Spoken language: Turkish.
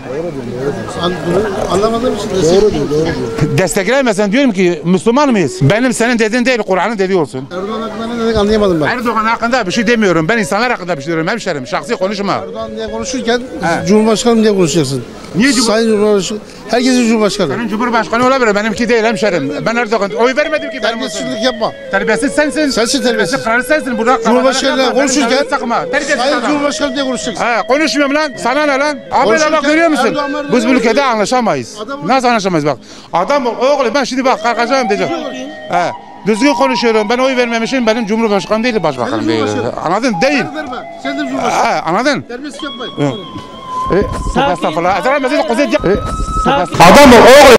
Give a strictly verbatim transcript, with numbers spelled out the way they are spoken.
An, bunu anlamadığım için destekliyorum. Doğru, doğru. Desteklemesen diyorum ki Müslüman mıyız? Benim senin dediğin değil, Kur'an'ın dediği olsun. Erdoğan hakkında ne dedik anlayamadım ben. Erdoğan hakkında bir şey demiyorum. Ben insanlar hakkında bir şey diyorum hemşerim. Şahsi konuşma. Erdoğan diye konuşurken He. Cumhurbaşkanım diye konuşacaksın. Niye Cumhur- Sayın Cumhurbaşkanı? Herkesin Cumhurbaşkanı. Senin Cumhurbaşkanı olabilir, benimki değil hemşerim. Ben Erdoğan oy vermedim ki benim olsun. Terbiyesizlik yapma. Terbiyesiz sensin. Sensin terbiyesiz. Kararı sensin. Burada Cumhurbaşkanıyla konuşurken Terbiyesiz Sayın adam. Cumhurbaşkanı diye konuşacaksın. He, konuşmuyorum lan. Sana ne lan? Abi Konuşurken bak görüyor musun? Erdoğan var, Biz bu Erdoğan ülkede var. anlaşamayız. Adam- Nasıl anlaşamayız bak. Adam ol, oğlum ben şimdi bak kalkacağım diyeceğim. He. Düzgün konuşuyorum. Ben oy vermemişim. Benim Cumhurbaşkanım değil, başbakanım Benim değil. Cumhurbaşkanım. Anladın? Değil. Ver verme. Sen de Cumhurbaşkanı. He, anladın? Terbiyesizlik yapmayın. E, Estağfurullah. Estağfurullah. Sakin. Adam ol oğlum.